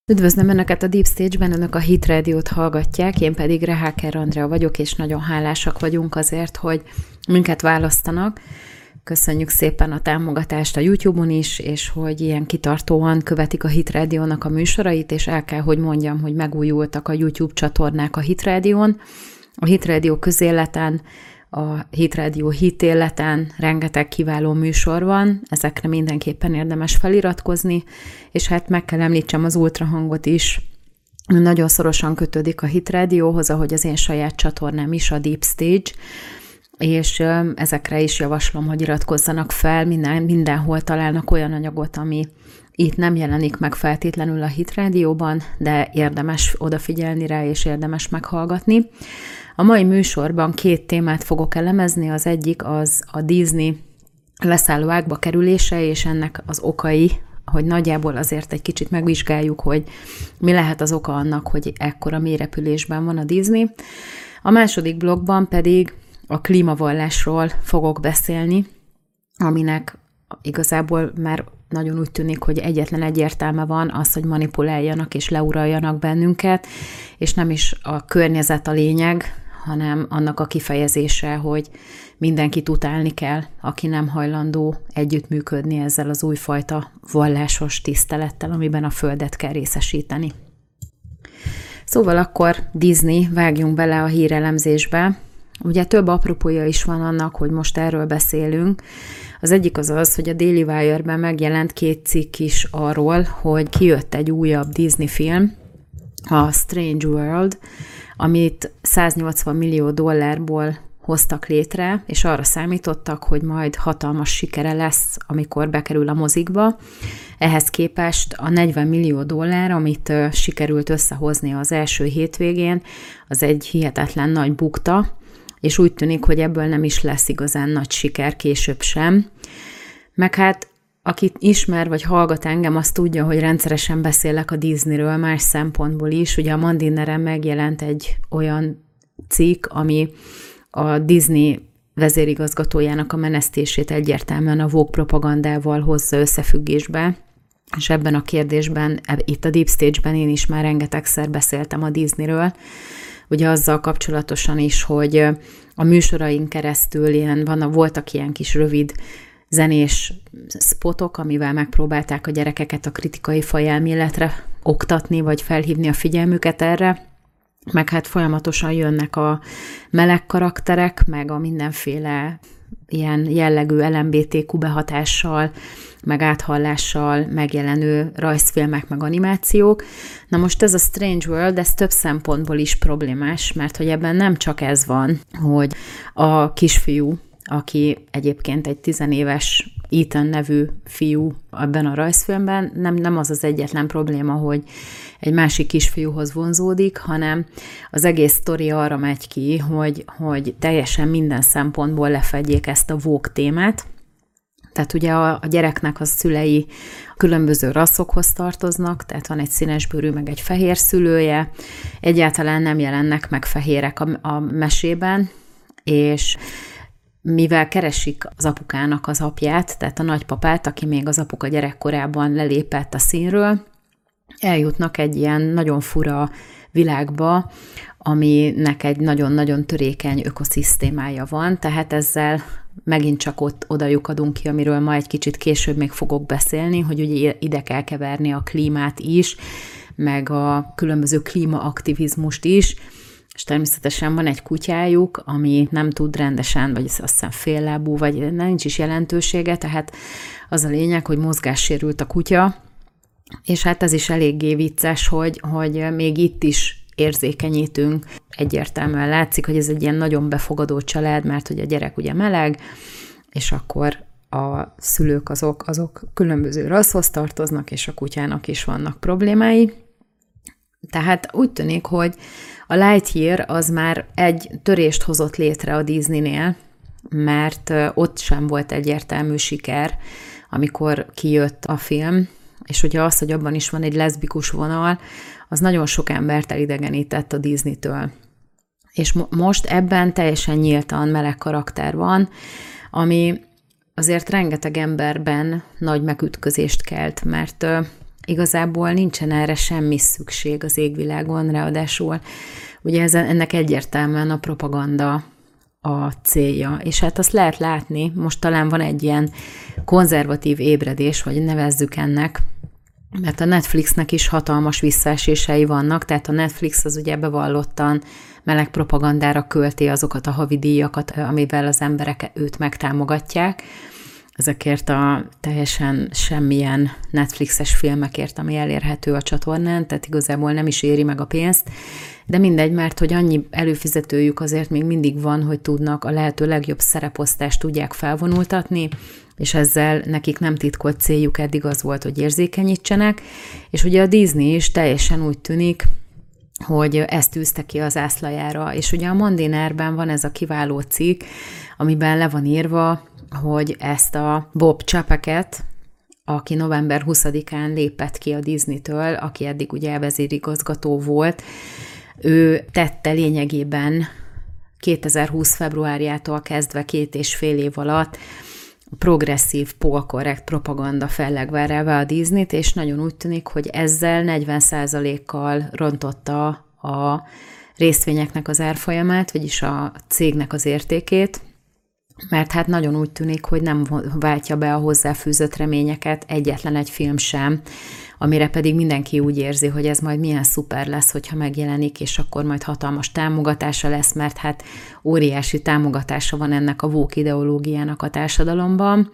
Üdvözlöm Önöket a Deep Stage-ben, Önök a Hit Radio-t hallgatják, én pedig Reháker Andrea vagyok, és nagyon hálásak vagyunk azért, hogy minket választanak. Köszönjük szépen a támogatást a YouTube-on is, és hogy ilyen kitartóan követik a Hit Radio-nak a műsorait, és el kell, hogy mondjam, hogy megújultak a YouTube csatornák a Hit Radio-n. A Hit Radio közéleten, a Hit Radio hitéleten rengeteg kiváló műsor van, ezekre mindenképpen érdemes feliratkozni, és hát meg kell említsem az ultrahangot is, nagyon szorosan kötődik a Hit Radiohoz, ahogy az én saját csatornám is, a Deep Stage, és ezekre is javaslom, hogy iratkozzanak fel, mindenhol találnak olyan anyagot, ami itt nem jelenik meg feltétlenül a Hit Rádióban, de érdemes odafigyelni rá, és érdemes meghallgatni. A mai műsorban 2 témát fogok elemezni, az egyik az a Disney leszálló ágba kerülése, és ennek az okai, hogy nagyjából azért egy kicsit megvizsgáljuk, hogy mi lehet az oka annak, hogy ekkora mélyrepülésben van a Disney. A második blogban pedig a klímavallásról fogok beszélni, aminek igazából már nagyon úgy tűnik, hogy egyetlen egy értelme van az, hogy manipuláljanak és leuraljanak bennünket, és nem is a környezet a lényeg, hanem annak a kifejezése, hogy mindenkit utálni kell, aki nem hajlandó együttműködni ezzel az újfajta vallásos tisztelettel, amiben a Földet kell részesíteni. Szóval akkor Disney, vágjunk bele a hírelemzésbe. Ugye több apropója is van annak, hogy most erről beszélünk. Az egyik az, hogy a Daily Wire-ben megjelent 2 cikk is arról, hogy kijött egy újabb Disney film, a Strange World, amit $180 millió hoztak létre, és arra számítottak, hogy majd hatalmas sikere lesz, amikor bekerül a mozikba. Ehhez képest a $40 millió, amit sikerült összehozni az első hétvégén, az egy hihetetlen nagy bukta, és úgy tűnik, hogy ebből nem is lesz igazán nagy siker később sem. Meg hát, aki ismer vagy hallgat engem, azt tudja, hogy rendszeresen beszélek a Disneyről más szempontból is. Ugye a Mandineren megjelent egy olyan cikk, ami a Disney vezérigazgatójának a menesztését egyértelműen a woke propagandával hozza összefüggésbe, és ebben a kérdésben, itt a Deep Stage-ben én is már rengetegszer beszéltem a Disneyről, ugye azzal kapcsolatosan is, hogy a műsoraink keresztül voltak ilyen kis rövid zenés spotok, amivel megpróbálták a gyerekeket a kritikai fajelméletre oktatni, vagy felhívni a figyelmüket erre, meg hát folyamatosan jönnek a meleg karakterek, meg a mindenféle ilyen jellegű LMBTQ behatással, meg áthallással megjelenő rajzfilmek, meg animációk. Na most ez a Strange World, ez több szempontból is problémás, mert hogy ebben nem csak ez van, hogy a kisfiú, aki egyébként egy 10 éves Ethan nevű fiú ebben a rajzfilmben, nem az az egyetlen probléma, hogy egy másik kisfiúhoz vonzódik, hanem az egész sztori arra megy ki, hogy teljesen minden szempontból lefedjék ezt a woke témát. Tehát ugye a gyereknek a szülei különböző rasszokhoz tartoznak, tehát van egy színesbőrű, meg egy fehér szülője, egyáltalán nem jelennek meg fehérek a mesében, és mivel keresik az apukának az apját, tehát a nagypapát, aki még az apuka gyerekkorában lelépett a színről, eljutnak egy ilyen nagyon fura világba, aminek egy nagyon-nagyon törékeny ökoszisztémája van, tehát ezzel megint csak oda lyukadunk ki, amiről ma egy kicsit később még fogok beszélni, hogy ugye ide kell keverni a klímát is, meg a különböző klímaaktivizmust is, és természetesen van egy kutyájuk, ami nem tud rendesen, vagy azt hiszem féllábú, vagy nincs is jelentősége, tehát az a lényeg, hogy mozgássérült a kutya, és hát ez is eléggé vicces, hogy még itt is érzékenyítünk. Egyértelműen látszik, hogy ez egy ilyen nagyon befogadó család, mert hogy a gyerek ugye meleg, és akkor a szülők azok különböző rasszhoz tartoznak, és a kutyának is vannak problémái. Tehát úgy tűnik, hogy a Lightyear az már egy törést hozott létre a Disneynél, mert ott sem volt egyértelmű siker, amikor kijött a film, és ugye az, hogy abban is van egy leszbikus vonal, az nagyon sok embert elidegenített a Disneytől. És most ebben teljesen nyíltan meleg karakter van, ami azért rengeteg emberben nagy megütközést kelt, mert igazából nincsen erre semmi szükség az égvilágon, ráadásul ugye ennek egyértelműen a propaganda a célja. És hát azt lehet látni, most talán van egy ilyen konzervatív ébredés, vagy nevezzük ennek, mert a Netflixnek is hatalmas visszaesései vannak, tehát a Netflix az ugye bevallottan meleg propagandára költi azokat a havidíjakat, amivel az emberek őt megtámogatják, ezekért a teljesen semmilyen Netflixes filmekért, ami elérhető a csatornán, tehát igazából nem is éri meg a pénzt, de mindegy, mert hogy annyi előfizetőjük azért még mindig van, hogy tudnak a lehető legjobb szereposztást tudják felvonultatni, és ezzel nekik nem titkolt céljuk eddig az volt, hogy érzékenyítsenek, és ugye a Disney is teljesen úgy tűnik, hogy ezt tűzte ki az ászlajára, és ugye a Mandinárban van ez a kiváló cikk, amiben le van írva, hogy ezt a Bob Chapeket, aki november 20-án lépett ki a Disneytől, aki eddig ugye vezérigazgató volt, ő tette lényegében 2020 februárjától kezdve 2,5 év alatt progresszív, polkorrekt propaganda fellegvárává a Disneyt, és nagyon úgy tűnik, hogy ezzel 40%-kal rontotta a részvényeknek az árfolyamát, vagyis a cégnek az értékét, mert hát nagyon úgy tűnik, hogy nem váltja be a hozzáfűzött reményeket egyetlen egy film sem, amire pedig mindenki úgy érzi, hogy ez majd milyen szuper lesz, hogyha megjelenik, és akkor majd hatalmas támogatása lesz, mert hát óriási támogatása van ennek a woke ideológiának a társadalomban,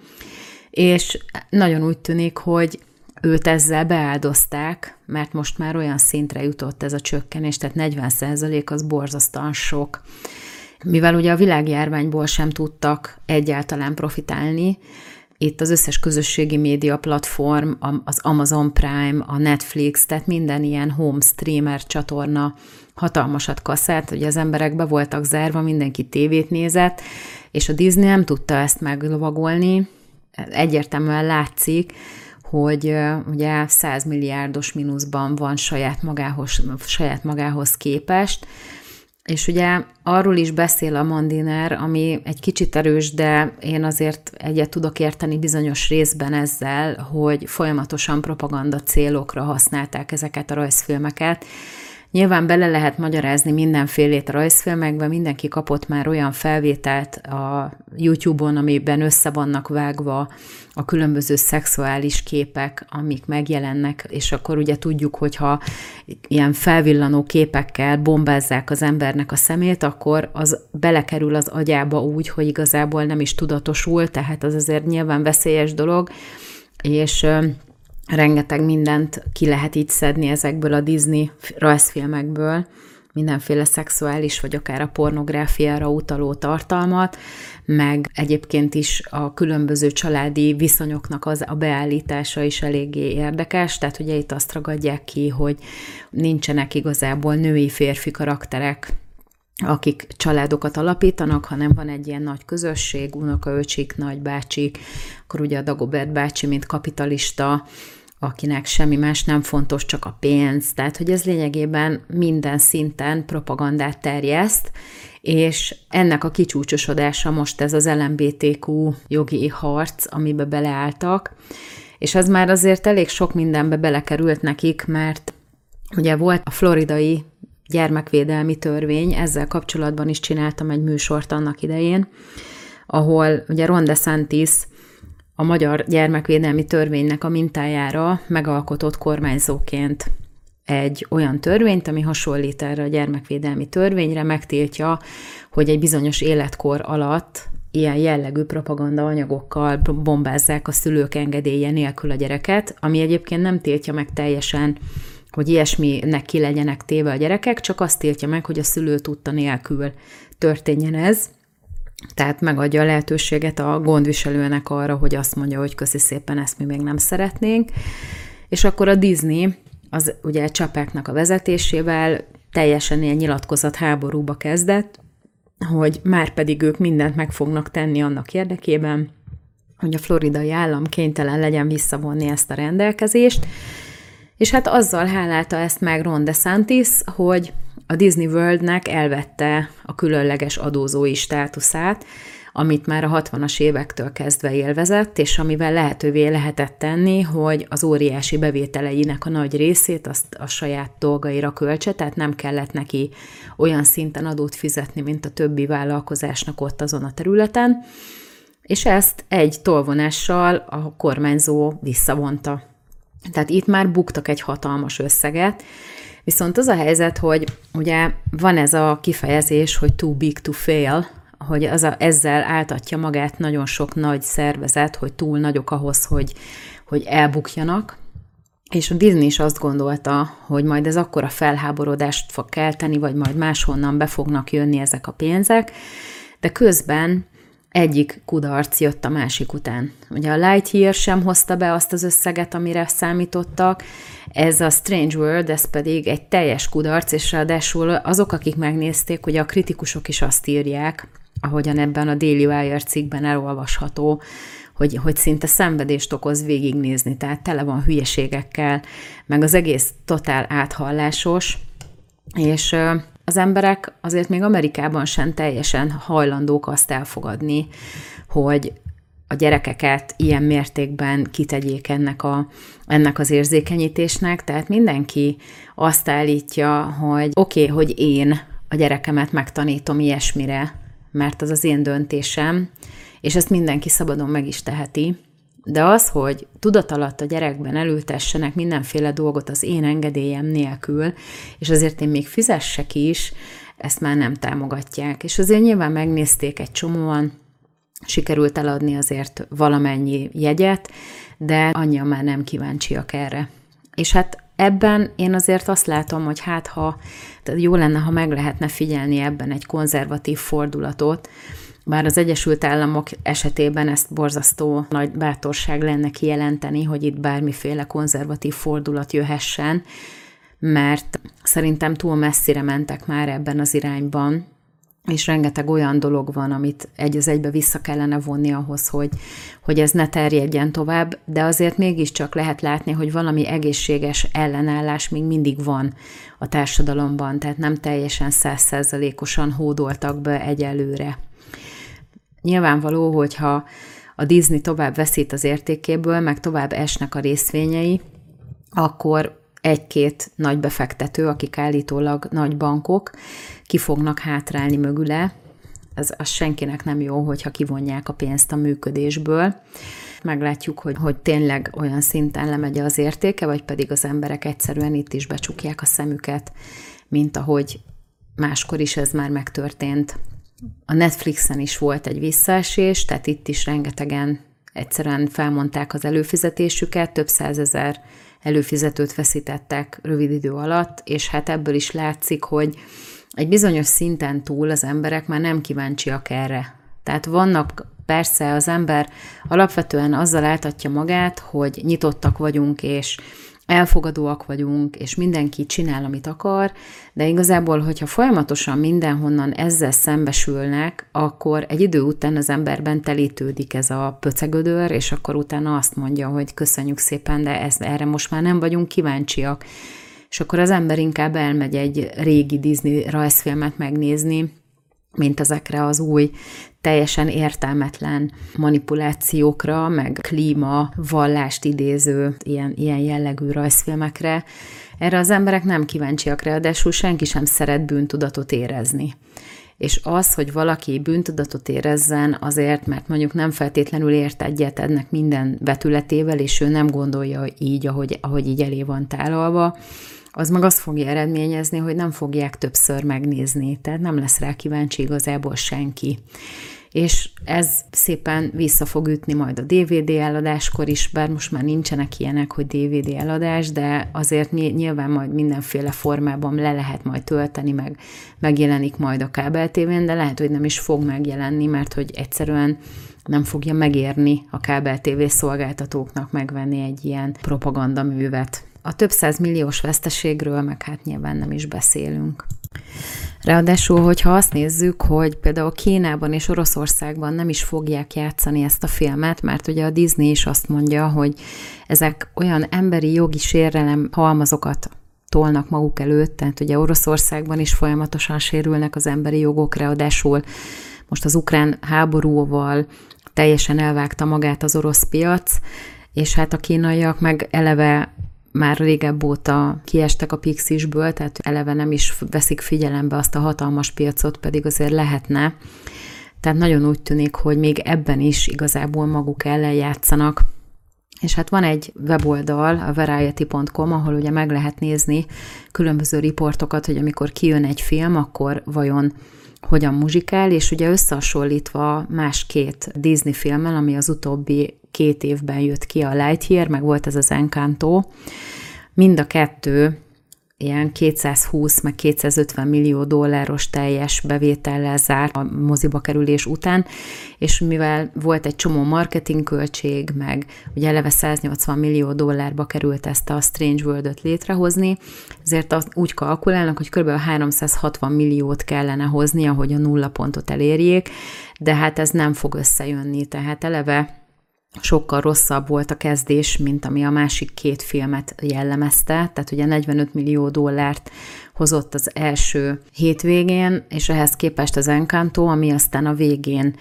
és nagyon úgy tűnik, hogy őt ezzel beáldozták, mert most már olyan szintre jutott ez a csökkenés, tehát 40% az borzasztóan sok. Mivel ugye a világjárványból sem tudtak egyáltalán profitálni, itt az összes közösségi média platform, az Amazon Prime, a Netflix, tehát minden ilyen home streamer csatorna hatalmasat kasszált, hogy az emberek be voltak zárva, mindenki tévét nézett, és a Disney nem tudta ezt meglovagolni. Egyértelműen látszik, hogy ugye 100 milliárdos mínuszban van saját magához képest, és ugye arról is beszél a Mandiner, ami egy kicsit erős, de én azért egyet tudok érteni bizonyos részben ezzel, hogy folyamatosan propaganda célokra használták ezeket a rajzfilmeket. Nyilván bele lehet magyarázni mindenfélét a rajzfilmekben, mindenki kapott már olyan felvételt a YouTube-on, amiben össze vannak vágva a különböző szexuális képek, amik megjelennek, és akkor ugye tudjuk, hogyha ilyen felvillanó képekkel bombázzák az embernek a szemét, akkor az belekerül az agyába úgy, hogy igazából nem is tudatosul, tehát az azért nyilván veszélyes dolog, és rengeteg mindent ki lehet így szedni ezekből a Disney rajzfilmekből, mindenféle szexuális, vagy akár a pornográfiára utaló tartalmat, meg egyébként is a különböző családi viszonyoknak a beállítása is eléggé érdekes, tehát ugye itt azt ragadják ki, hogy nincsenek igazából női-férfi karakterek, akik családokat alapítanak, hanem van egy ilyen nagy közösség, unokaöcsik, nagybácsik, akkor ugye a Dagobert bácsi, mint kapitalista, akinek semmi más nem fontos, csak a pénz. Tehát, hogy ez lényegében minden szinten propagandát terjeszt, és ennek a kicsúcsosodása most ez az LMBTQ jogi harc, amibe beleálltak, és ez már azért elég sok mindenbe belekerült nekik, mert ugye volt a floridai gyermekvédelmi törvény, ezzel kapcsolatban is csináltam egy műsort annak idején, ahol ugye Ron DeSantis a magyar gyermekvédelmi törvénynek a mintájára megalkotott kormányzóként egy olyan törvényt, ami hasonlít erre a gyermekvédelmi törvényre, megtiltja, hogy egy bizonyos életkor alatt ilyen jellegű propaganda anyagokkal bombázzák a szülők engedélye nélkül a gyereket, ami egyébként nem tiltja meg teljesen, hogy ilyesminek ki legyenek téve a gyerekek, csak azt tiltja meg, hogy a szülő tudta nélkül történjen ez. Tehát megadja a lehetőséget a gondviselőnek arra, hogy azt mondja, hogy köszi szépen, ezt mi még nem szeretnénk. És akkor a Disney, az ugye Csapáknak a vezetésével teljesen ilyen nyilatkozat háborúba kezdett, hogy már pedig ők mindent meg fognak tenni annak érdekében, hogy a floridai állam kénytelen legyen visszavonni ezt a rendelkezést, és hát azzal hálálta ezt meg Ron DeSantis, hogy a Disney Worldnek elvette a különleges adózói státuszát, amit már a 60-as évektől kezdve élvezett, és amivel lehetővé lehetett tenni, hogy az óriási bevételeinek a nagy részét azt a saját dolgaira költse, tehát nem kellett neki olyan szinten adót fizetni, mint a többi vállalkozásnak ott azon a területen, és ezt egy tolvonással a kormányzó visszavonta. Tehát itt már buktak egy hatalmas összeget, viszont az a helyzet, hogy ugye van ez a kifejezés, hogy too big to fail, hogy ezzel áltatja magát nagyon sok nagy szervezet, hogy túl nagyok ahhoz, hogy elbukjanak, és a Disney is azt gondolta, hogy majd ez akkora felháborodást fog kelteni, vagy majd máshonnan be fognak jönni ezek a pénzek, de közben egyik kudarc jött a másik után. Ugye a Lightyear sem hozta be azt az összeget, amire számítottak, ez a Strange World, ez pedig egy teljes kudarc, és ráadásul azok, akik megnézték, ugye a kritikusok is azt írják, ahogyan ebben a Daily Wire cikkben elolvasható, hogy szinte szenvedést okoz végignézni, tehát tele van hülyeségekkel, meg az egész totál áthallásos, és az emberek azért még Amerikában sem teljesen hajlandók azt elfogadni, hogy a gyerekeket ilyen mértékben kitegyék ennek az érzékenyítésnek, tehát mindenki azt állítja, hogy oké, hogy én a gyerekemet megtanítom ilyesmire, mert az az én döntésem, és ezt mindenki szabadon meg is teheti, de az, hogy tudatalatt a gyerekben elültessenek mindenféle dolgot az én engedélyem nélkül, és azért én még fizessek is, ezt már nem támogatják. És azért nyilván megnézték egy csomóan, sikerült eladni azért valamennyi jegyet, de annyian már nem kíváncsiak erre. És hát ebben én azért azt látom, hogy tehát jó lenne, ha meg lehetne figyelni ebben egy konzervatív fordulatot, bár az Egyesült Államok esetében ezt borzasztó nagy bátorság lenne kijelenteni, hogy itt bármiféle konzervatív fordulat jöhessen, mert szerintem túl messzire mentek már ebben az irányban, és rengeteg olyan dolog van, amit egy az egybe vissza kellene vonni ahhoz, hogy ez ne terjedjen tovább, de azért mégiscsak lehet látni, hogy valami egészséges ellenállás még mindig van a társadalomban, tehát nem teljesen 100%-osan hódoltak be egyelőre. Nyilvánvaló, hogyha a Disney tovább veszít az értékéből, meg tovább esnek a részvényei, akkor egy-két nagy befektető, akik állítólag nagy bankok, ki fognak hátrálni mögüle. Az senkinek nem jó, hogyha kivonják a pénzt a működésből. Meglátjuk, hogy tényleg olyan szinten lemegy az értéke, vagy pedig az emberek egyszerűen itt is becsukják a szemüket, mint ahogy máskor is ez már megtörtént. A Netflixen is volt egy visszaesés, tehát itt is rengetegen egyszerűen felmondták az előfizetésüket, több 100 000 előfizetőt veszítettek rövid idő alatt, és hát ebből is látszik, hogy egy bizonyos szinten túl az emberek már nem kíváncsiak erre. Tehát vannak, persze az ember alapvetően azzal áltatja magát, hogy nyitottak vagyunk, és elfogadóak vagyunk, és mindenki csinál, amit akar, de igazából, hogyha folyamatosan mindenhonnan ezzel szembesülnek, akkor egy idő után az emberben telítődik ez a pöcegödör, és akkor utána azt mondja, hogy köszönjük szépen, de erre most már nem vagyunk kíváncsiak. És akkor az ember inkább elmegy egy régi Disney rajzfilmet megnézni, mint ezekre az új, teljesen értelmetlen manipulációkra, meg klíma, vallást idéző ilyen jellegű rajzfilmekre. Erre az emberek nem kíváncsiak, ráadásul senki sem szeret bűntudatot érezni. És az, hogy valaki bűntudatot érezzen azért, mert mondjuk nem feltétlenül ért egyet ennek minden vetületével, és ő nem gondolja így, ahogy így elé van tálalva, az meg azt fogja eredményezni, hogy nem fogják többször megnézni, tehát nem lesz rá kíváncsi igazából senki. És ez szépen vissza fog ütni majd a DVD eladáskor is, bár most már nincsenek ilyenek, hogy DVD eladás, de azért nyilván majd mindenféle formában le lehet majd tölteni, meg megjelenik majd a kábeltévén, de lehet, hogy nem is fog megjelenni, mert hogy egyszerűen nem fogja megérni a kábeltévé szolgáltatóknak megvenni egy ilyen propagandaművet. A több 100 milliós veszteségről meg hát nyilván nem is beszélünk. Ráadásul, hogyha azt nézzük, hogy például Kínában és Oroszországban nem is fogják játszani ezt a filmet, mert ugye a Disney is azt mondja, hogy ezek olyan emberi jogi sérelem halmazokat tolnak maguk előtt, tehát ugye Oroszországban is folyamatosan sérülnek az emberi jogok, ráadásul most az ukrán háborúval teljesen elvágta magát az orosz piac, és hát a kínaiak meg eleve már régebb óta kiestek a Pixisből, tehát eleve nem is veszik figyelembe azt a hatalmas piacot, pedig azért lehetne. Tehát nagyon úgy tűnik, hogy még ebben is igazából maguk ellen játszanak. És hát van egy weboldal, a variety.com, ahol ugye meg lehet nézni különböző riportokat, hogy amikor kijön egy film, akkor vajon hogyan muzsikál, és ugye összehasonlítva más két Disney filmmel, ami az utóbbi 2 évben jött ki, a Lightyear, meg volt ez az Encanto, mind a kettő ilyen 220 meg 250 millió dolláros teljes bevétellel zárt a moziba kerülés után, és mivel volt egy csomó marketingköltség, meg ugye eleve 180 millió dollárba került ezt a Strange World-öt létrehozni, ezért úgy kalkulálnak, hogy kb. 360 milliót kellene hozni, ahogy a 0 pontot elérjék, de hát ez nem fog összejönni, tehát eleve sokkal rosszabb volt a kezdés, mint ami a másik 2 filmet jellemezte, tehát ugye 45 millió dollárt hozott az első hétvégén, és ehhez képest az Encanto, ami aztán a végén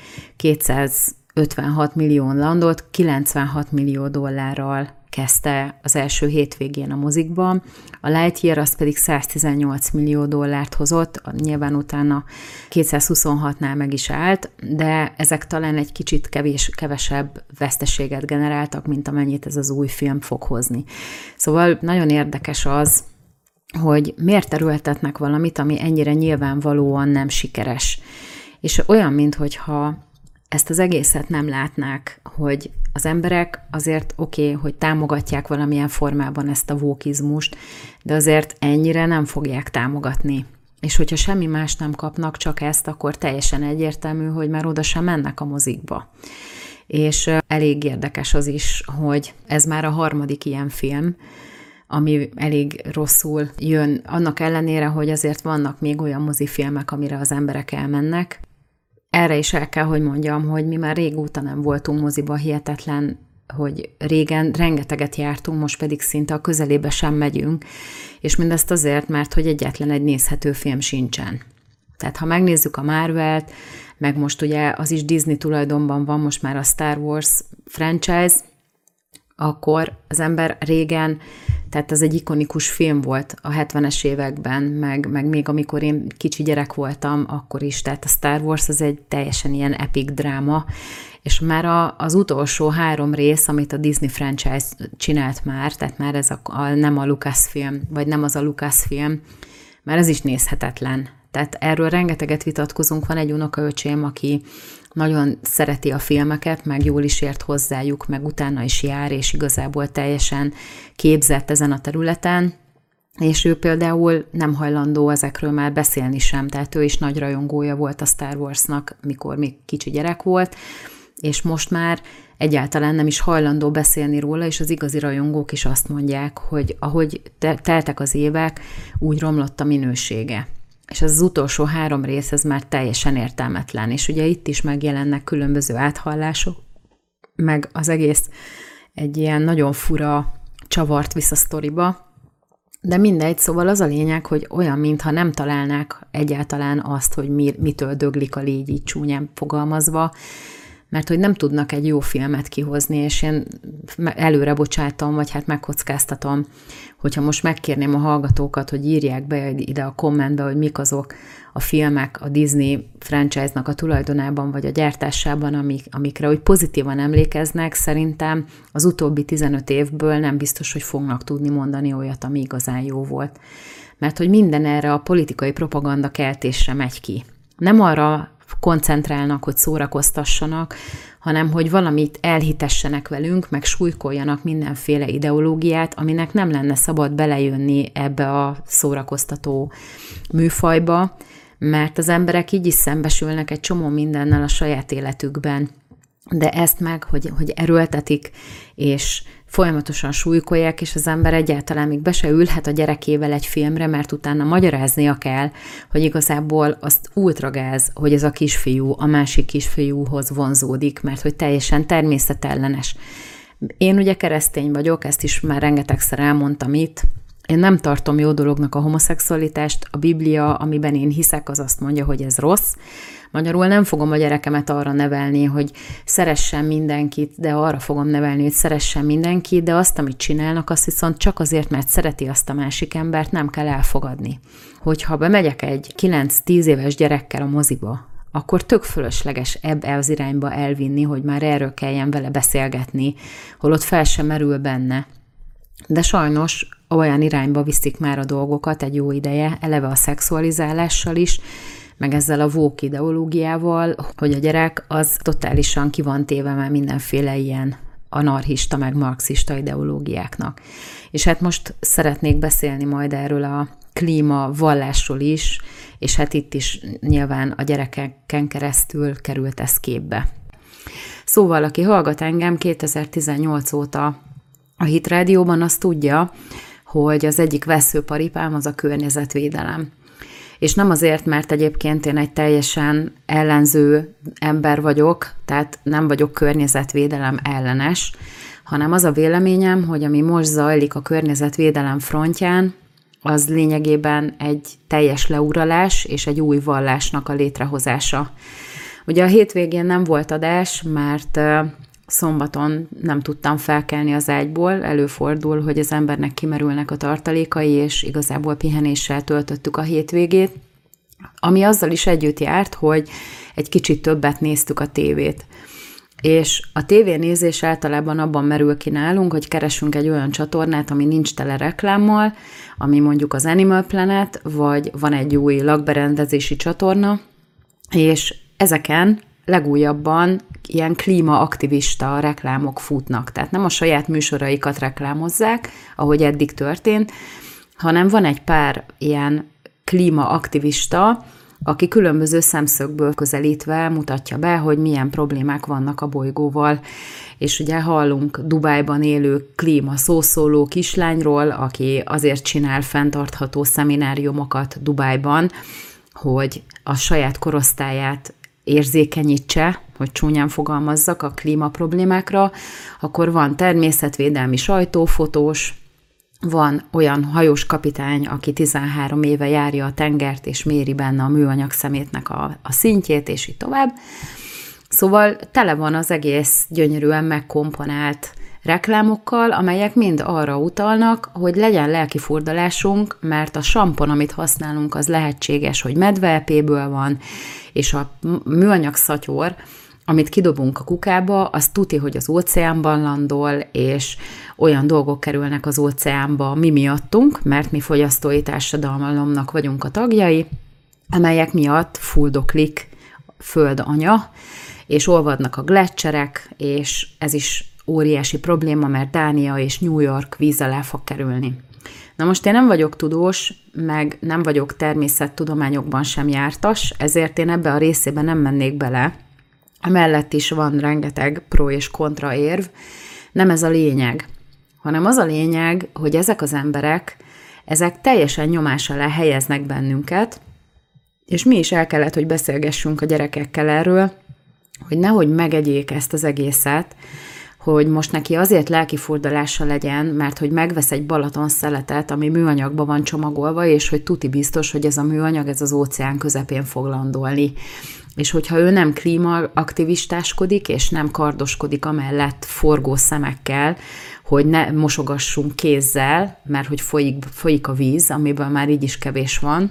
256 millión landolt, 96 millió dollárral kezdte az első hétvégén a mozikban. A Lightyear az pedig 118 millió dollárt hozott, nyilván utána 226-nál meg is állt, de ezek talán egy kicsit kevesebb veszteséget generáltak, mint amennyit ez az új film fog hozni. Szóval nagyon érdekes az, hogy miért erőltetnek valamit, ami ennyire nyilvánvalóan nem sikeres. És olyan, minthogyha ezt az egészet nem látnák, hogy az emberek azért oké, hogy támogatják valamilyen formában ezt a wokizmust, de azért ennyire nem fogják támogatni. És hogyha semmi más nem kapnak, csak ezt, akkor teljesen egyértelmű, hogy már oda sem mennek a mozikba. És elég érdekes az is, hogy ez már a 3. ilyen film, ami elég rosszul jön, annak ellenére, hogy azért vannak még olyan mozifilmek, amire az emberek elmennek. Erre is el kell, hogy mondjam, hogy mi már régóta nem voltunk moziba, hihetetlen, hogy régen rengeteget jártunk, most pedig szinte a közelébe sem megyünk, és mindezt azért, mert hogy egyetlen egy nézhető film sincsen. Tehát ha megnézzük a Marvelt, meg most ugye az is Disney tulajdonban van most már a Star Wars franchise, akkor az ember régen, tehát ez egy ikonikus film volt a 70-es években, meg még amikor én kicsi gyerek voltam, akkor is, tehát a Star Wars az egy teljesen ilyen epic dráma, és már az utolsó 3 rész, amit a Disney franchise csinált már, tehát már ez nem a Lucasfilm, vagy nem az a Lucasfilm, már ez is nézhetetlen. Tehát erről rengeteget vitatkozunk, van egy unokaöcsém, aki nagyon szereti a filmeket, meg jól is ért hozzájuk, meg utána is jár, és igazából teljesen képzett ezen a területen, és ő például nem hajlandó ezekről már beszélni sem, tehát ő is nagy rajongója volt a Star Warsnak, mikor még kicsi gyerek volt, és most már egyáltalán nem is hajlandó beszélni róla, és az igazi rajongók is azt mondják, hogy ahogy teltek az évek, úgy romlott a minősége. És az utolsó 3 rész, ez már teljesen értelmetlen, és ugye itt is megjelennek különböző áthallások, meg az egész egy ilyen nagyon fura csavart visz a sztoriba, de mindegy, szóval az a lényeg, hogy olyan, mintha nem találnák egyáltalán azt, hogy mitől döglik a légy, így csúnyán fogalmazva, mert hogy nem tudnak egy jó filmet kihozni, és én előre bocsátom, vagy hát megkockáztatom, hogyha most megkérném a hallgatókat, hogy írják be ide a kommentbe, hogy mik azok a filmek a Disney franchise-nak a tulajdonában, vagy a gyártásában, amikre úgy pozitívan emlékeznek, szerintem az utóbbi 15 évből nem biztos, hogy fognak tudni mondani olyat, ami igazán jó volt. Mert hogy minden erre a politikai propaganda keltésre megy ki. Nem arra koncentrálnak, hogy szórakoztassanak, hanem hogy valamit elhitessenek velünk, meg súlykoljanak mindenféle ideológiát, aminek nem lenne szabad belejönni ebbe a szórakoztató műfajba, mert az emberek így is szembesülnek egy csomó mindennel a saját életükben. De ezt meg, hogy erőltetik, és folyamatosan súlykolják, és az ember egyáltalán még be se ülhet a gyerekével egy filmre, mert utána magyaráznia kell, hogy igazából azt ultragáz, hogy ez a kisfiú a másik kisfiúhoz vonzódik, mert hogy teljesen természetellenes. Én ugye keresztény vagyok, ezt is már rengetegszer elmondtam itt. Én nem tartom jó dolognak a homoszexualitást, a Biblia, amiben én hiszek, az azt mondja, hogy ez rossz. Magyarul nem fogom a gyerekemet arra nevelni, hogy szeressen mindenkit, de arra fogom nevelni, hogy szeressen mindenkit, de azt, amit csinálnak, azt viszont csak azért, mert szereti azt a másik embert, nem kell elfogadni. Hogyha bemegyek egy 9-10 éves gyerekkel a moziba, akkor tök fölösleges ebbe az irányba elvinni, hogy már erről kelljen vele beszélgetni, holott fel sem merül benne. De sajnos olyan irányba viszik már a dolgokat egy jó ideje, eleve a szexualizálással is, meg ezzel a woke ideológiával, hogy a gyerek az totálisan ki van téve már mindenféle ilyen anarchista, meg marxista ideológiáknak. És hát most szeretnék beszélni majd erről a klímavallásról is, és hát itt is nyilván a gyerekeken keresztül került ez képbe. Szóval, aki hallgat engem 2018 óta a Hit Rádióban, azt tudja, hogy az egyik vesszőparipám az a környezetvédelem. És nem azért, mert egyébként én egy teljesen ellenző ember vagyok, tehát nem vagyok környezetvédelem ellenes, hanem az a véleményem, hogy ami most zajlik a környezetvédelem frontján, az lényegében egy teljes leuralás és egy új vallásnak a létrehozása. Ugye a hétvégén nem volt adás, mert szombaton nem tudtam felkelni az ágyból, előfordul, hogy az embernek kimerülnek a tartalékai, és igazából pihenéssel töltöttük a hétvégét, ami azzal is együtt járt, hogy egy kicsit többet néztük a tévét. És a tévénézés általában abban merül ki nálunk, hogy keresünk egy olyan csatornát, ami nincs tele reklámmal, ami mondjuk az Animal Planet, vagy van egy új lakberendezési csatorna, és ezeken legújabban ilyen klímaaktivista reklámok futnak. Tehát nem a saját műsoraikat reklámozzák, ahogy eddig történt, hanem van egy pár ilyen klímaaktivista, aki különböző szemszögből közelítve mutatja be, hogy milyen problémák vannak a bolygóval. És ugye hallunk Dubájban élő klímaszószóló kislányról, aki azért csinál fenntartható szemináriumokat Dubájban, hogy a saját korosztályát érzékenyítse, hogy csúnyán fogalmazzak a klímaproblémákra, akkor van természetvédelmi sajtófotós, van olyan hajós kapitány, aki 13 éve járja a tengert, és méri benne a műanyag szemétnek a szintjét, és így tovább. Szóval tele van az egész gyönyörűen megkomponált reklámokkal, amelyek mind arra utalnak, hogy legyen lelkifurdalásunk, mert a sampon, amit használunk, az lehetséges, hogy medveepéből van, és a műanyag szatyor, amit kidobunk a kukába, az tuti, hogy az óceánban landol, és olyan dolgok kerülnek az óceánba mi miattunk, mert mi fogyasztói társadalomnak vagyunk a tagjai, amelyek miatt fuldoklik föld anya, és olvadnak a gleccserek, és ez is óriási probléma, mert Dánia és New York víz alá fog kerülni. Na most én nem vagyok tudós, meg nem vagyok természettudományokban sem jártas, ezért én ebbe a részébe nem mennék bele. Emellett is van rengeteg pro és kontra érv. Nem ez a lényeg, hanem az a lényeg, hogy ezek az emberek, ezek teljesen nyomás alá helyeznek bennünket, és mi is el kellett, hogy beszélgessünk a gyerekekkel erről, hogy nehogy megegyék ezt az egészet, hogy most neki azért lelkifurdalása legyen, mert hogy megvesz egy Balaton szeletet, ami műanyagba van csomagolva, és hogy tuti biztos, hogy ez a műanyag, ez az óceán közepén fog landolni. És hogyha ő nem klímaaktivistáskodik, és nem kardoskodik amellett forgó szemekkel, hogy ne mosogassunk kézzel, mert hogy folyik a víz, amiből már így is kevés van,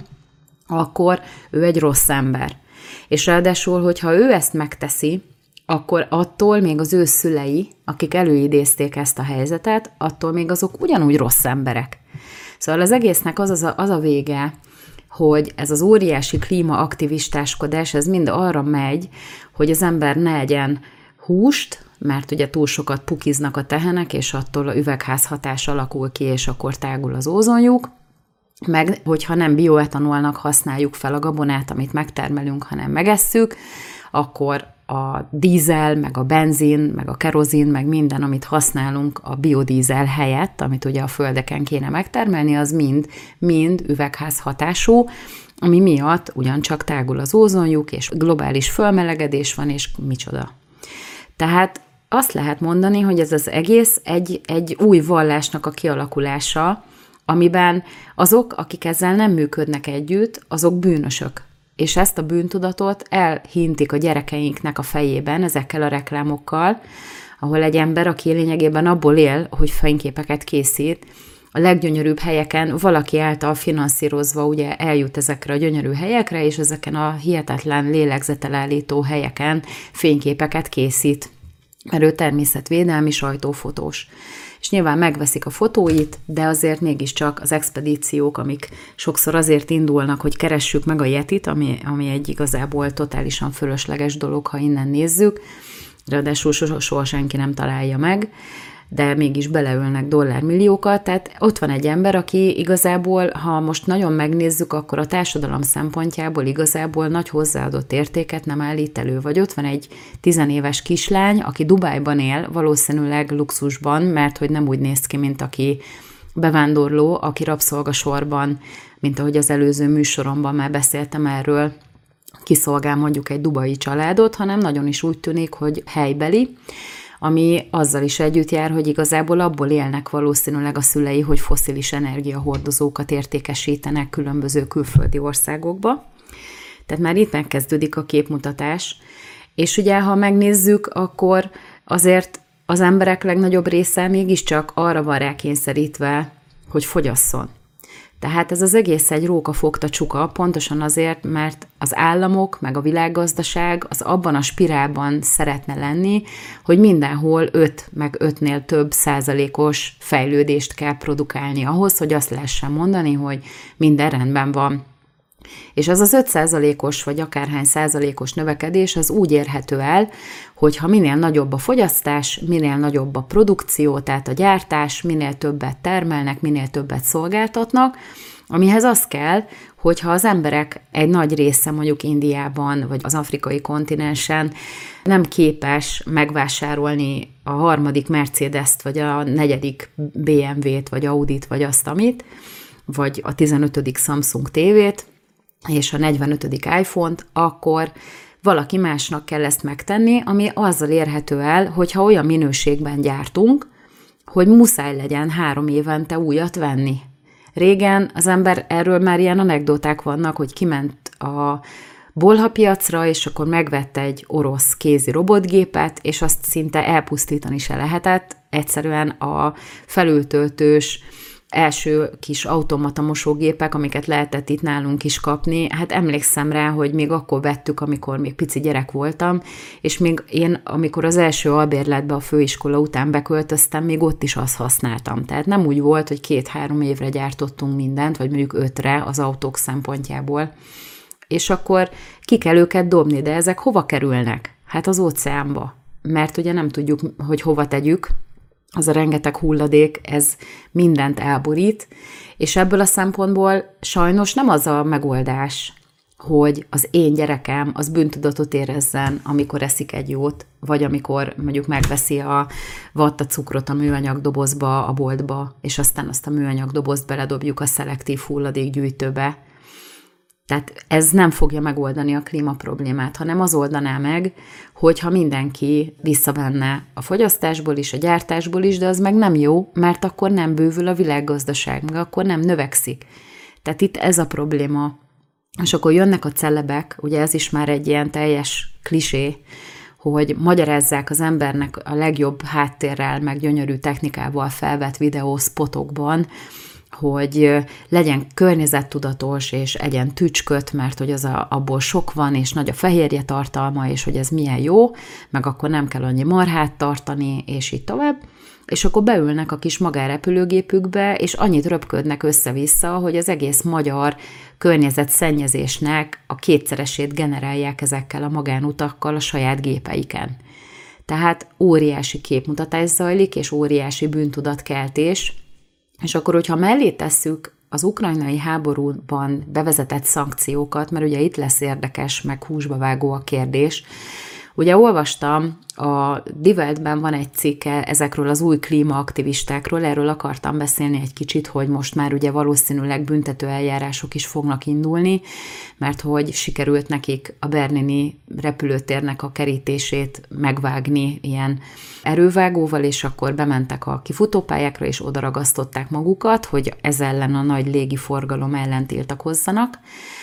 akkor ő egy rossz ember. És ráadásul, hogyha ő ezt megteszi, akkor attól még az ő szülei, akik előidézték ezt a helyzetet, attól még azok ugyanúgy rossz emberek. Szóval az egésznek az a vége, hogy ez az óriási klímaaktivistáskodás, ez mind arra megy, hogy az ember ne egyen húst, mert ugye túl sokat pukiznak a tehenek, és attól a üvegházhatás alakul ki, és akkor tágul az ózonjuk, meg hogyha nem bioetanolnak használjuk fel a gabonát, amit megtermelünk, hanem megesszük, akkor a dízel, meg a benzin, meg a kerozin, meg minden, amit használunk a biodízel helyett, amit ugye a földeken kéne megtermelni, az mind üvegházhatású, ami miatt ugyancsak tágul az ózonjuk, és globális fölmelegedés van, és micsoda. Tehát azt lehet mondani, hogy ez az egész egy új vallásnak a kialakulása, amiben azok, akik ezzel nem működnek együtt, azok bűnösök. és ezt a bűntudatot elhintik a gyerekeinknek a fejében ezekkel a reklámokkal, ahol egy ember, aki lényegében abból él, hogy fényképeket készít, a leggyönyörűbb helyeken valaki által finanszírozva ugye eljut ezekre a gyönyörű helyekre, és ezeken a hihetetlen lélegzetelállító helyeken fényképeket készít, mert ő természetvédelmi sajtófotós. És nyilván megveszik a fotóit, de azért mégiscsak az expedíciók, amik sokszor azért indulnak, hogy keressük meg a Yetit, ami egy igazából totálisan fölösleges dolog, ha innen nézzük, ráadásul soha senki nem találja meg, de mégis beleölnek dollármilliókat, tehát ott van egy ember, aki igazából, ha most nagyon megnézzük, akkor a társadalom szempontjából igazából nagy hozzáadott értéket nem állít elő. Vagy ott van egy 10 éves kislány, aki Dubájban él, valószínűleg luxusban, mert hogy nem úgy néz ki, mint aki bevándorló, aki rabszolgasorban, mint ahogy az előző műsoromban már beszéltem erről, kiszolgál mondjuk egy dubai családot, hanem nagyon is úgy tűnik, hogy helybeli, ami azzal is együtt jár, hogy igazából abból élnek valószínűleg a szülei, hogy fosszilis energiahordozókat értékesítenek különböző külföldi országokba. Tehát már itt megkezdődik a képmutatás, és ugye, ha megnézzük, akkor azért az emberek legnagyobb része mégiscsak arra van rákényszerítve, hogy fogyasszon. Tehát ez az egész egy rókafogta csuka, pontosan azért, mert az államok, meg a világgazdaság az abban a spirálban szeretne lenni, hogy mindenhol 5, meg 5-nél több százalékos fejlődést kell produkálni ahhoz, hogy azt lehessen mondani, hogy minden rendben van. És az 5%-os vagy akárhány százalékos növekedés az úgy érhető el, hogyha minél nagyobb a fogyasztás, minél nagyobb a produkció, tehát a gyártás, minél többet termelnek, minél többet szolgáltatnak, amihez az kell, hogyha az emberek egy nagy része mondjuk Indiában vagy az afrikai kontinensen nem képes megvásárolni a 3. Mercedes-t, vagy a 4. BMW-t, vagy Audit, vagy azt, amit, vagy a 15. Samsung tévét, és a 45. iPhone-t, akkor valaki másnak kell ezt megtenni, ami azzal érhető el, hogyha olyan minőségben gyártunk, hogy muszáj legyen 3 évente újat venni. Régen az ember, erről már ilyen anekdoták vannak, hogy kiment a bolhapiacra, és akkor megvette egy orosz kézi robotgépet, és azt szinte elpusztítani se lehetett. Egyszerűen a felültöltős első kis automata mosógépek, amiket lehetett itt nálunk is kapni, hát emlékszem rá, hogy még akkor vettük, amikor még pici gyerek voltam, és még én, amikor az első albérletbe a főiskola után beköltöztem, még ott is azt használtam. Tehát nem úgy volt, hogy 2-3 évre gyártottunk mindent, vagy mondjuk 5-re az autók szempontjából. És akkor ki kell őket dobni, de ezek hova kerülnek? Hát az óceánba. Mert ugye nem tudjuk, hogy hova tegyük, az a rengeteg hulladék, ez mindent elborít, és ebből a szempontból sajnos nem az a megoldás, hogy az én gyerekem az bűntudatot érezzen, amikor eszik egy jót, vagy amikor mondjuk megveszi a vatta cukrot a műanyag dobozba, a boltba, és aztán azt a műanyag dobozt beledobjuk a szelektív hulladékgyűjtőbe. Tehát ez nem fogja megoldani a klímaproblémát, hanem az oldaná meg, hogyha mindenki visszavenne a fogyasztásból is, a gyártásból is, de az meg nem jó, mert akkor nem bővül a világgazdaság, meg akkor nem növekszik. Tehát itt ez a probléma. És akkor jönnek a celebek, ugye ez is már egy ilyen teljes klisé, hogy magyarázzák az embernek a legjobb háttérrel, meg gyönyörű technikával felvett videószpotokban, hogy legyen környezettudatos, és egyen tücsköt, mert hogy abból sok van, és nagy a fehérje tartalma, és hogy ez milyen jó, meg akkor nem kell annyi marhát tartani, és így tovább. És akkor beülnek a kis magánrepülőgépükbe, és annyit röpködnek össze-vissza, hogy az egész magyar környezetszennyezésnek a 2-szeresét generálják ezekkel a magánutakkal a saját gépeiken. Tehát óriási képmutatás zajlik, és óriási bűntudatkeltés. És akkor, hogyha mellé tesszük az ukrajnai háborúban bevezetett szankciókat, mert ugye itt lesz érdekes, meg húsba vágó a kérdés. Ugye olvastam, a Die Weltben van egy cikke ezekről az új klímaaktivistákról, erről akartam beszélni egy kicsit, hogy most már ugye valószínűleg büntető eljárások is fognak indulni, mert hogy sikerült nekik a berlini repülőtérnek a kerítését megvágni ilyen erővágóval, és akkor bementek a kifutópályákra, és odaragasztották magukat, hogy ez ellen a nagy légiforgalom ellen tiltakozzanak.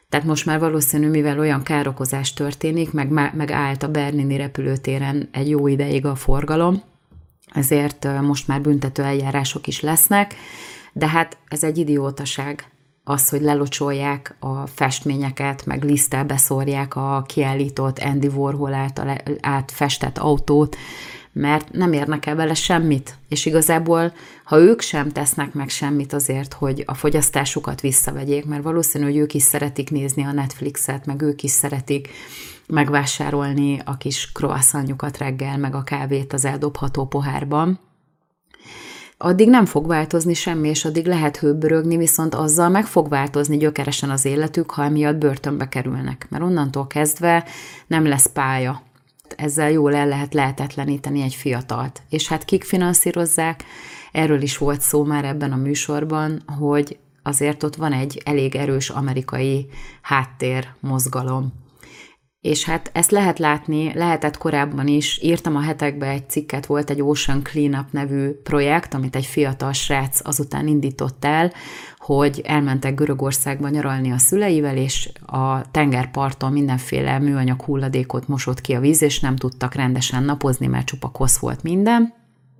Tehát most már valószínű, mivel olyan károkozás történik, meg állt a berlini repülőtéren egy jó ideig a forgalom, ezért most már büntető eljárások is lesznek, de hát ez egy idiótaság. Az, hogy lelocsolják a festményeket, meg liszttel beszórják a kiállított Andy Warhol által átfestett autót, mert nem érnek el vele semmit. És igazából, ha ők sem tesznek meg semmit azért, hogy a fogyasztásukat visszavegyék, mert valószínű, hogy ők is szeretik nézni a Netflixet, meg ők is szeretik megvásárolni a kis croissantjukat reggel, meg a kávét az eldobható pohárban, addig nem fog változni semmi, és addig lehet hőbörögni, viszont azzal meg fog változni gyökeresen az életük, ha emiatt börtönbe kerülnek. Mert onnantól kezdve nem lesz pálya. Ezzel jól el lehet lehetetleníteni egy fiatalt. És hát kik finanszírozzák? Erről is volt szó már ebben a műsorban, hogy azért ott van egy elég erős amerikai háttérmozgalom. És hát ezt lehet látni, lehetett korábban is, írtam a hetekbe egy cikket, volt egy Ocean Cleanup nevű projekt, amit egy fiatal srác azután indított el, hogy elmentek Görögországba nyaralni a szüleivel, és a tengerparton mindenféle műanyag hulladékot mosott ki a víz, és nem tudtak rendesen napozni, mert csupa kosz volt minden.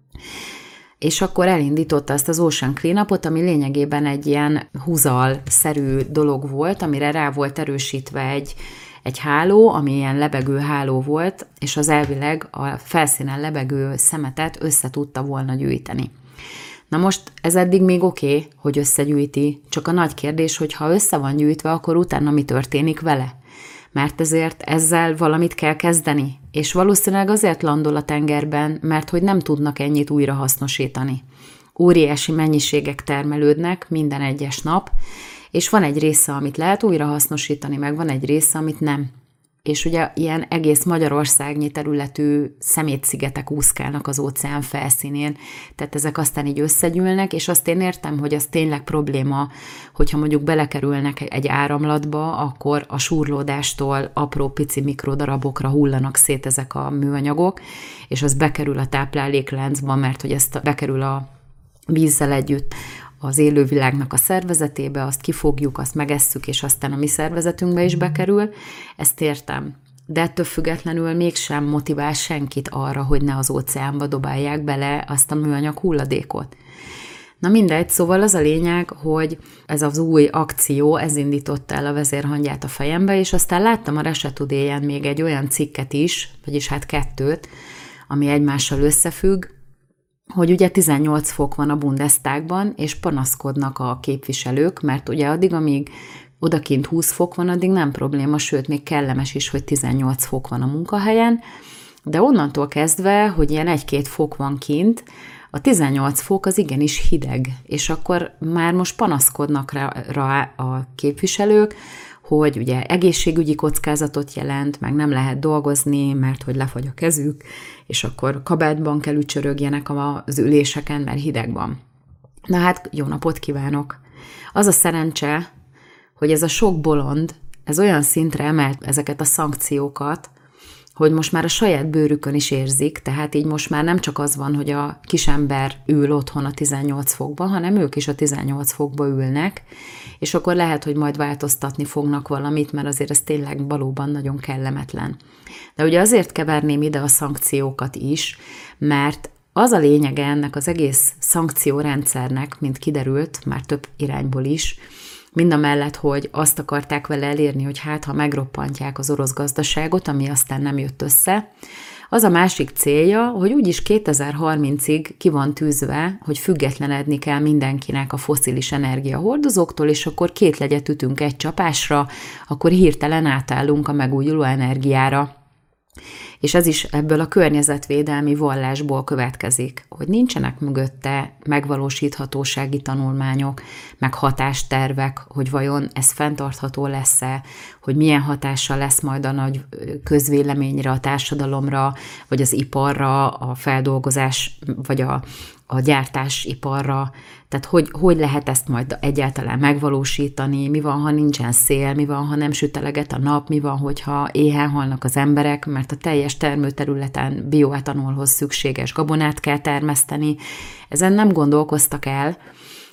És akkor elindította ezt az Ocean Cleanupot, ami lényegében egy ilyen húzal-szerű dolog volt, amire rá volt erősítve egy háló, ami ilyen lebegő háló volt, és az elvileg a felszínen lebegő szemetet össze tudta volna gyűjteni. Na most ez eddig még oké, hogy összegyűjti, csak a nagy kérdés, hogy ha össze van gyűjtve, akkor utána mi történik vele? Mert ezért ezzel valamit kell kezdeni, és valószínűleg azért landol a tengerben, mert hogy nem tudnak ennyit újra hasznosítani. Óriási mennyiségek termelődnek minden egyes nap, és van egy része, amit lehet újra hasznosítani, meg van egy része, amit nem. És ugye ilyen egész Magyarországnyi területű szemétszigetek úszkálnak az óceán felszínén, tehát ezek aztán így összegyűlnek, és azt én értem, hogy az tényleg probléma, hogyha mondjuk belekerülnek egy áramlatba, akkor a súrlódástól apró pici mikrodarabokra hullanak szét ezek a műanyagok, és az bekerül a táplálékláncba, mert hogy ezt bekerül a vízzel együtt az élővilágnak a szervezetébe, azt kifogjuk, azt megesszük, és aztán a mi szervezetünkbe is bekerül. Ezt értem. De ettől függetlenül mégsem motivál senkit arra, hogy ne az óceánba dobálják bele azt a műanyag hulladékot. Na mindegy, szóval az a lényeg, hogy ez az új akció, ez indította el a vezérhangyát a fejembe, és aztán láttam a Russia Today-en még egy olyan cikket is, vagyis hát 2, ami egymással összefügg, hogy ugye 18 fok van a Bundestagban, és panaszkodnak a képviselők, mert ugye addig, amíg odakint 20 fok van, addig nem probléma, sőt, még kellemes is, hogy 18 fok van a munkahelyen, de onnantól kezdve, hogy ilyen 1-2 fok van kint, a 18 fok az igenis hideg, és akkor már most panaszkodnak rá a képviselők, hogy ugye egészségügyi kockázatot jelent, meg nem lehet dolgozni, mert hogy lefagy a kezük, és akkor kabátban kell ücsörögjenek az üléseken, mert hideg van. Na hát, jó napot kívánok! Az a szerencse, hogy ez a sok bolond, ez olyan szintre emelt ezeket a szankciókat, hogy most már a saját bőrükön is érzik, tehát így most már nem csak az van, hogy a kisember ül otthon a 18 fokba, hanem ők is a 18 fokba ülnek, és akkor lehet, hogy majd változtatni fognak valamit, mert azért ez tényleg valóban nagyon kellemetlen. De ugye azért keverném ide a szankciókat is, mert az a lényege ennek az egész szankciórendszernek, mint kiderült, már több irányból is, mindamellett, hogy azt akarták vele elérni, hogy hát, ha megroppantják az orosz gazdaságot, ami aztán nem jött össze, az a másik célja, hogy úgyis 2030-ig ki van tűzve, hogy függetlenedni kell mindenkinek a fosszilis energiahordozóktól, és akkor 2 legyet ütünk egy csapásra, akkor hirtelen átállunk a megújuló energiára. És ez is ebből a környezetvédelmi vallásból következik, hogy nincsenek mögötte megvalósíthatósági tanulmányok, meg hatástervek, hogy vajon ez fenntartható lesz-e, hogy milyen hatással lesz majd a nagy közvéleményre, a társadalomra, vagy az iparra, a feldolgozás, vagy a gyártásiparra, tehát hogy lehet ezt majd egyáltalán megvalósítani, mi van, ha nincsen szél, mi van, ha nem süt eleget a nap, mi van, hogyha éhen halnak az emberek, mert a teljes termőterületen bioetanolhoz szükséges gabonát kell termeszteni. Ezen nem gondolkoztak el,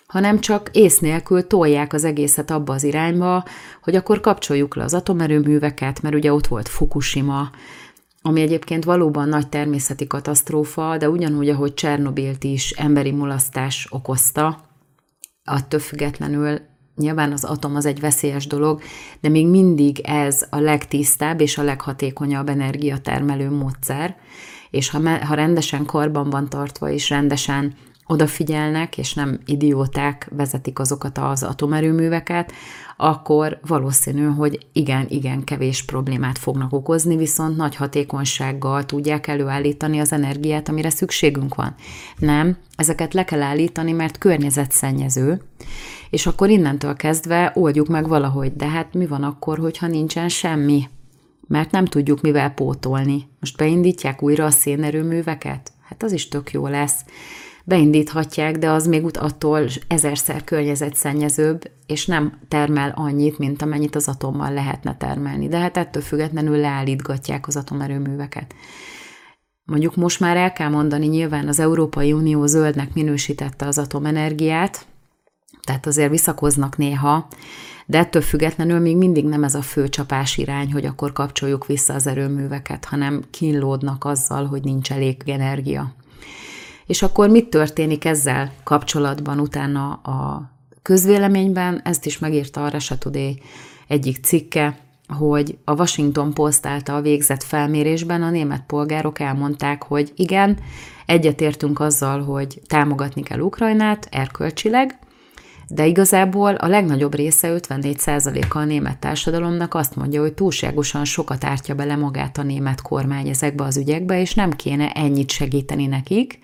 hanem csak ész nélkül tolják az egészet abba az irányba, hogy akkor kapcsoljuk le az atomerőműveket, mert ugye ott volt Fukushima, ami egyébként valóban nagy természeti katasztrófa, de ugyanúgy, ahogy Csernobilt is emberi mulasztás okozta, attól függetlenül nyilván az atom az egy veszélyes dolog, de még mindig ez a legtisztább és a leghatékonyabb energiatermelő módszer, és ha rendesen karban van tartva, és rendesen odafigyelnek, és nem idióták vezetik azokat az atomerőműveket, akkor valószínű, hogy igen kevés problémát fognak okozni, viszont nagy hatékonysággal tudják előállítani az energiát, amire szükségünk van. Nem, ezeket le kell állítani, mert környezetszennyező, és akkor innentől kezdve oldjuk meg valahogy. De hát mi van akkor, hogyha nincsen semmi? Mert nem tudjuk mivel pótolni. Most beindítják újra a szénerőműveket? Hát az is tök jó lesz. Beindíthatják, de az még attól 1000-szer környezetszennyezőbb, és nem termel annyit, mint amennyit az atommal lehetne termelni. De hát ettől függetlenül leállítgatják az atomerőműveket. Mondjuk most már el kell mondani, nyilván az Európai Unió zöldnek minősítette az atomenergiát, tehát azért visszakoznak néha, de ettől függetlenül még mindig nem ez a fő csapás irány, hogy akkor kapcsoljuk vissza az erőműveket, hanem kínlódnak azzal, hogy nincs elég energia. És akkor mit történik ezzel kapcsolatban utána a közvéleményben? Ezt is megírta a Russia Today egyik cikke, hogy a Washington Post által végzett felmérésben a német polgárok elmondták, hogy igen, egyetértünk azzal, hogy támogatni kell Ukrajnát erkölcsileg, de igazából a legnagyobb része, 54%-a a német társadalomnak azt mondja, hogy túlságosan sokat ártja bele magát a német kormány ezekbe az ügyekbe, és nem kéne ennyit segíteni nekik.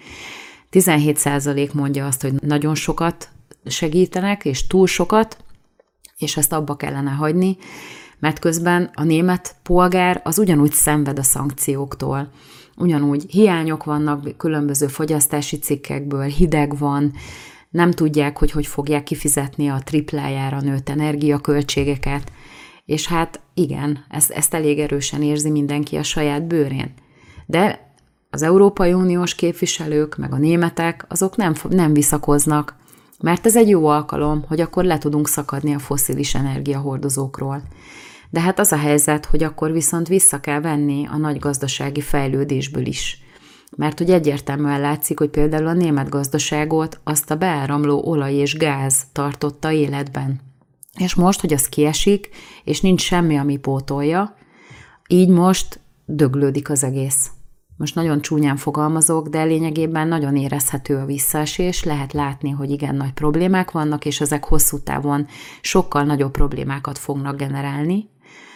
17% mondja azt, hogy nagyon sokat segítenek, és túl sokat, és ezt abba kellene hagyni, mert közben a német polgár az ugyanúgy szenved a szankcióktól. Ugyanúgy hiányok vannak különböző fogyasztási cikkekből, hideg van, nem tudják, hogy fogják kifizetni a triplájára nőtt energiaköltségeket, és hát igen, ezt elég erősen érzi mindenki a saját bőrén. De az Európai Uniós képviselők, meg a németek, azok nem visszakoznak, mert ez egy jó alkalom, hogy akkor le tudunk szakadni a fosszilis energiahordozókról. De hát az a helyzet, hogy akkor viszont vissza kell venni a nagy gazdasági fejlődésből is. Mert hogy egyértelműen látszik, hogy például a német gazdaságot azt a beáramló olaj és gáz tartotta életben. És most, hogy az kiesik, és nincs semmi, ami pótolja, így most döglődik az egész. Most nagyon csúnyán fogalmazok, de lényegében nagyon érezhető a visszaesés, lehet látni, hogy igen nagy problémák vannak, és ezek hosszú távon sokkal nagyobb problémákat fognak generálni.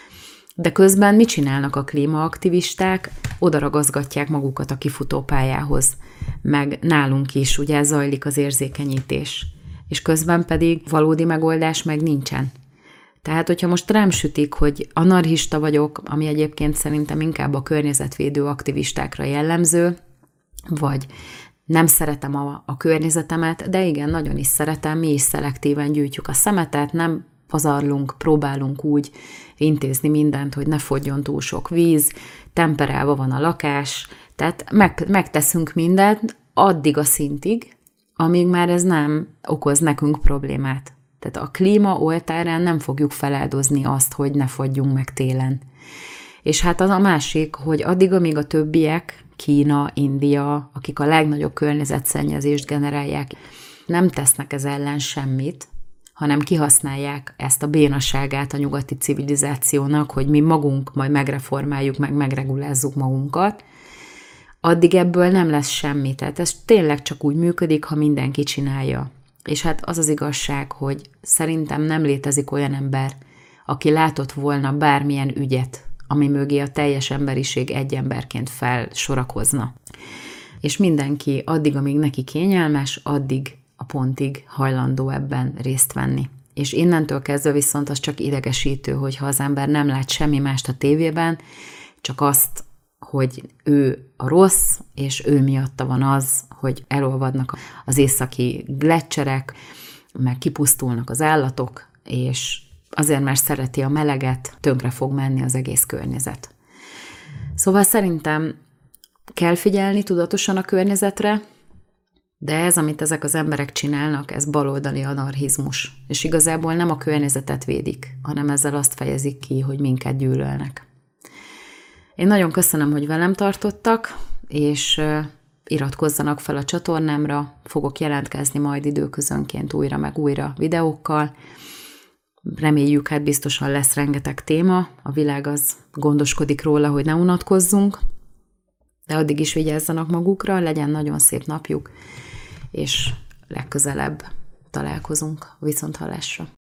De közben mit csinálnak a klímaaktivisták? Oda ragaszgatják magukat a kifutópályához, meg nálunk is ugye zajlik az érzékenyítés, és közben pedig valódi megoldás meg nincsen. Tehát, hogyha most rám sütik, hogy anarchista vagyok, ami egyébként szerintem inkább a környezetvédő aktivistákra jellemző, vagy nem szeretem a környezetemet, de igen, nagyon is szeretem, mi is szelektíven gyűjtjük a szemetet, nem pazarlunk, próbálunk úgy intézni mindent, hogy ne fogjon túl sok víz, temperálva van a lakás, tehát megteszünk mindent addig a szintig, amíg már ez nem okoz nekünk problémát. Tehát a klíma oltárán nem fogjuk feláldozni azt, hogy ne fagyjunk meg télen. És hát az a másik, hogy addig, amíg a többiek, Kína, India, akik a legnagyobb környezetszennyezést generálják, nem tesznek ez ellen semmit, hanem kihasználják ezt a bénaságát a nyugati civilizációnak, hogy mi magunk majd megreformáljuk, meg megregulázzuk magunkat, addig ebből nem lesz semmi. Tehát ez tényleg csak úgy működik, ha mindenki csinálja. És hát az az igazság, hogy szerintem nem létezik olyan ember, aki látott volna bármilyen ügyet, ami mögé a teljes emberiség egy emberként felsorakozna. És mindenki addig, amíg neki kényelmes, addig a pontig hajlandó ebben részt venni. És innentől kezdve viszont az csak idegesítő, hogyha az ember nem lát semmi mást a tévében, csak azt, hogy ő a rossz, és ő miatta van az, hogy elolvadnak az északi gleccserek, meg kipusztulnak az állatok, és azért, mert szereti a meleget, tönkre fog menni az egész környezet. Szóval szerintem kell figyelni tudatosan a környezetre, De ez, amit ezek az emberek csinálnak, ez baloldali anarchizmus. És igazából nem a környezetet védik, hanem ezzel azt fejezik ki, hogy minket gyűlölnek. Én nagyon köszönöm, hogy velem tartottak, és iratkozzanak fel a csatornámra, fogok jelentkezni majd időközönként újra meg újra videókkal. Reméljük, hát biztosan lesz rengeteg téma, a világ az gondoskodik róla, hogy ne unatkozzunk, de addig is vigyázzanak magukra, legyen nagyon szép napjuk, és legközelebb találkozunk, viszonthallásra.